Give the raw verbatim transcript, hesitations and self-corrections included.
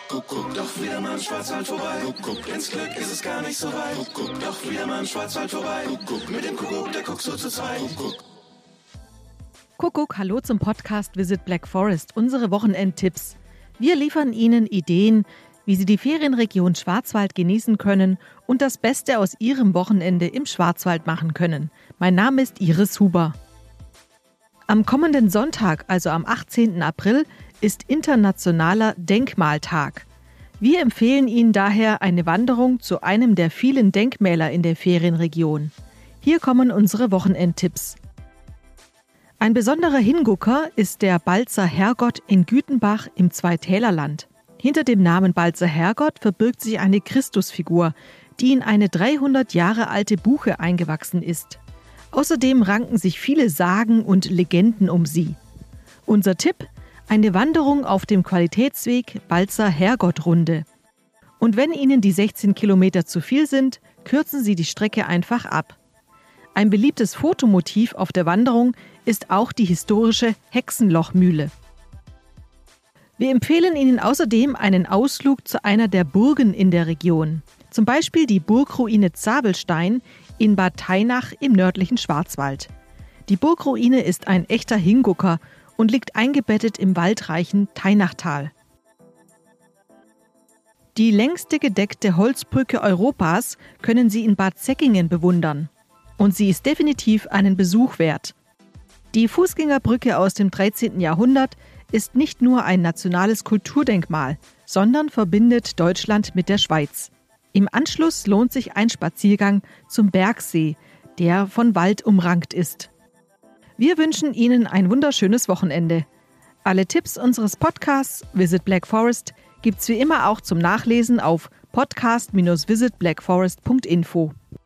Kuckuck, doch wieder mal im Schwarzwald vorbei. Kuckuck, ins Glück ist es gar nicht so weit. Kuckuck, doch wieder mal im Schwarzwald vorbei. Kuckuck, mit dem Kuckuck, der guckt so zu zweit. Kuckuck. Kuckuck, hallo zum Podcast Visit Black Forest, unsere Wochenendtipps. Wir liefern Ihnen Ideen, wie Sie die Ferienregion Schwarzwald genießen können und das Beste aus Ihrem Wochenende im Schwarzwald machen können. Mein Name ist Iris Huber. Am kommenden Sonntag, also am achtzehnten April, ist Internationaler Denkmaltag. Wir empfehlen Ihnen daher eine Wanderung zu einem der vielen Denkmäler in der Ferienregion. Hier kommen unsere Wochenendtipps. Ein besonderer Hingucker ist der Balzer Herrgott in Gütenbach im Zweitälerland. Hinter dem Namen Balzer Herrgott verbirgt sich eine Christusfigur, die in eine dreihundert Jahre alte Buche eingewachsen ist. Außerdem ranken sich viele Sagen und Legenden um sie. Unser Tipp: eine Wanderung auf dem Qualitätsweg Balzer Herrgott-Runde. Und wenn Ihnen die sechzehn Kilometer zu viel sind, kürzen Sie die Strecke einfach ab. Ein beliebtes Fotomotiv auf der Wanderung ist auch die historische Hexenlochmühle. Wir empfehlen Ihnen außerdem einen Ausflug zu einer der Burgen in der Region. Zum Beispiel die Burgruine Zabelstein in Bad Tainach im nördlichen Schwarzwald. Die Burgruine ist ein echter Hingucker und liegt eingebettet im waldreichen Tainachtal. Die längste gedeckte Holzbrücke Europas können Sie in Bad Säckingen bewundern. Und sie ist definitiv einen Besuch wert. Die Fußgängerbrücke aus dem dreizehnten Jahrhundert ist nicht nur ein nationales Kulturdenkmal, sondern verbindet Deutschland mit der Schweiz. Im Anschluss lohnt sich ein Spaziergang zum Bergsee, der von Wald umrankt ist. Wir wünschen Ihnen ein wunderschönes Wochenende. Alle Tipps unseres Podcasts Visit Black Forest gibt's wie immer auch zum Nachlesen auf podcast Bindestrich visit black forest Punkt info.